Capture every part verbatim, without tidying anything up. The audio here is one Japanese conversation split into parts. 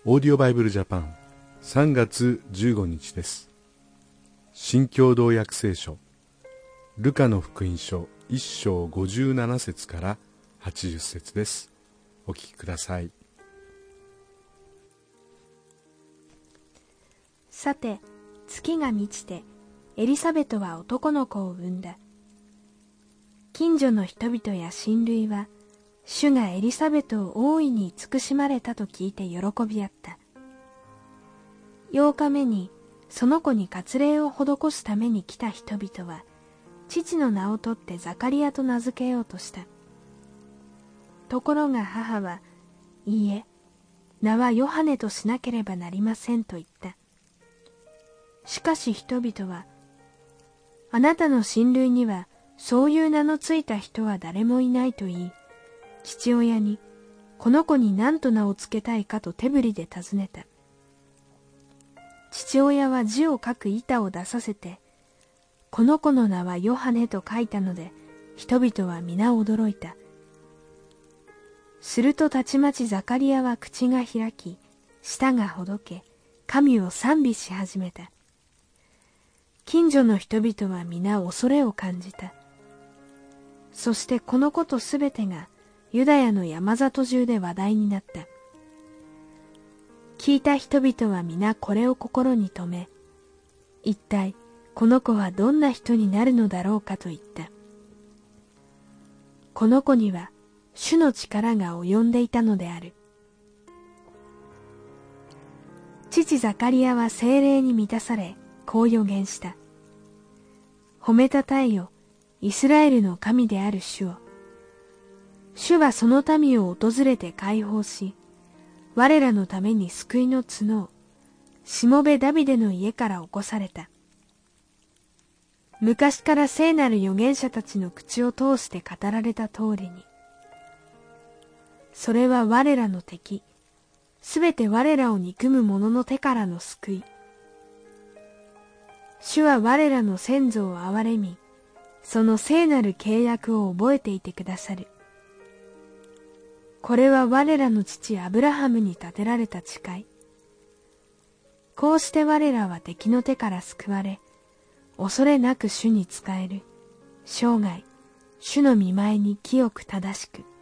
オーディオバイブルジャパンさんがつじゅうごにちです。新共同訳聖書ルカの福音書いっしょうごじゅうななせつからはちじゅっせつです。お聞きください。 さて、月が満ちてエリザベトは男の子を産んだ。近所の人々や親類は主がエリザベトを大いに慈しまれたと聞いて喜び合った。ようかめにその子に割礼を施すために来た人々は父の名を取ってザカリアと名付けようとした。ところが母は、いいえ、名はヨハネとしなければなりませんと言った。しかし人々は、あなたの親類にはそういう名のついた人は誰もいないと言い、父親にこの子に何と名をつけたいかと手振りで尋ねた。父親は字を書く板を出させて、この子の名はヨハネと書いたので、人々は皆驚いた。するとたちまちザカリアは口が開き、舌がほどけ、神を賛美し始めた。近所の人々は皆恐れを感じた。そしてこのことすべてがユダヤの山里中で話題になった。聞いた人々は皆これを心に留め、一体この子はどんな人になるのだろうかと言った。この子には主の力が及んでいたのである。父ザカリアは聖霊に満たされ、こう予言した。褒めたたえよ、イスラエルの神である主を。主はその民を訪れて解放し、我らのために救いの角を、しもべダビデの家から起こされた。昔から聖なる預言者たちの口を通して語られた通りに。それは我らの敵、すべて我らを憎む者の手からの救い。主は我らの先祖を憐れみ、その聖なる契約を覚えていてくださる。これは我らの父アブラハムに立てられた誓い。こうして我らは敵の手から救われ、恐れなく主に仕える。生涯、主の御前に清く正しく。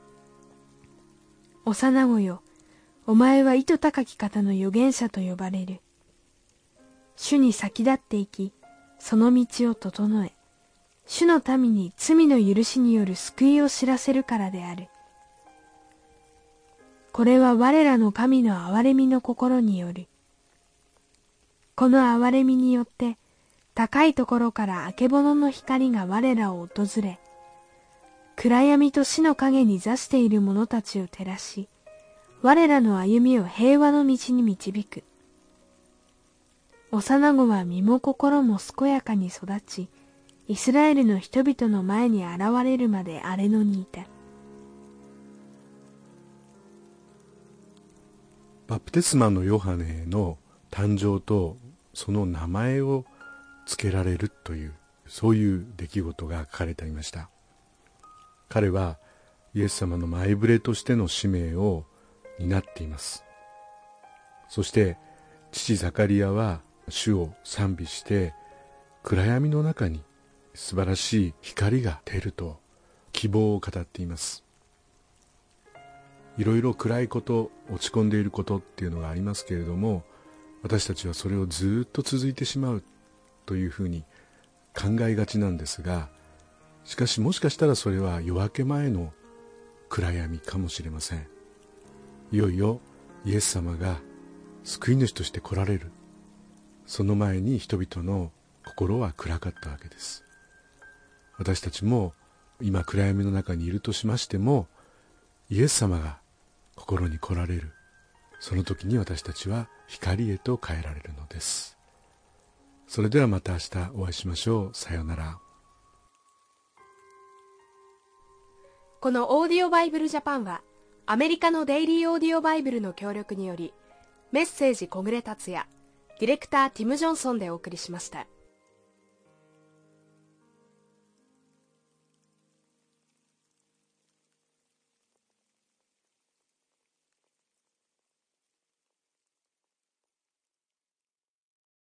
幼子よ、お前は糸高き方の預言者と呼ばれる。主に先立っていき、その道を整え、主の民に罪の許しによる救いを知らせるからである。これは我らの神の憐れみの心による。この憐れみによって、高いところからあけぼのの光が我らを訪れ、暗闇と死の影に座している者たちを照らし、我らの歩みを平和の道に導く。幼子は身も心も健やかに育ち、イスラエルの人々の前に現れるまで荒れ野にいた。 バプテスマのヨハネの誕生とその名前を付けられるという、そういう出来事が書かれていました。彼はイエス様の前触れとしての使命を担っています。そして父ザカリアは主を賛美して、暗闇の中に素晴らしい光が出ると希望を語っています。いろいろ暗いこと、落ち込んでいることっていうのがありますけれども、私たちはそれをずっと続いてしまうというふうに考えがちなんですが、しかしもしかしたらそれは夜明け前の暗闇かもしれません。いよいよイエス様が救い主として来られる。その前に人々の心は暗かったわけです。私たちも今暗闇の中にいるとしましても、イエス様が心に来られる。その時に私たちは光へと変えられるのです。それではまた明日お会いしましょう。さようなら。 このオーディオバイブルジャパンはアメリカのデイリーオーディオバイブルの協力により、メッセージ小暮達也、ディレクターティム・ジョンソンでお送りしました。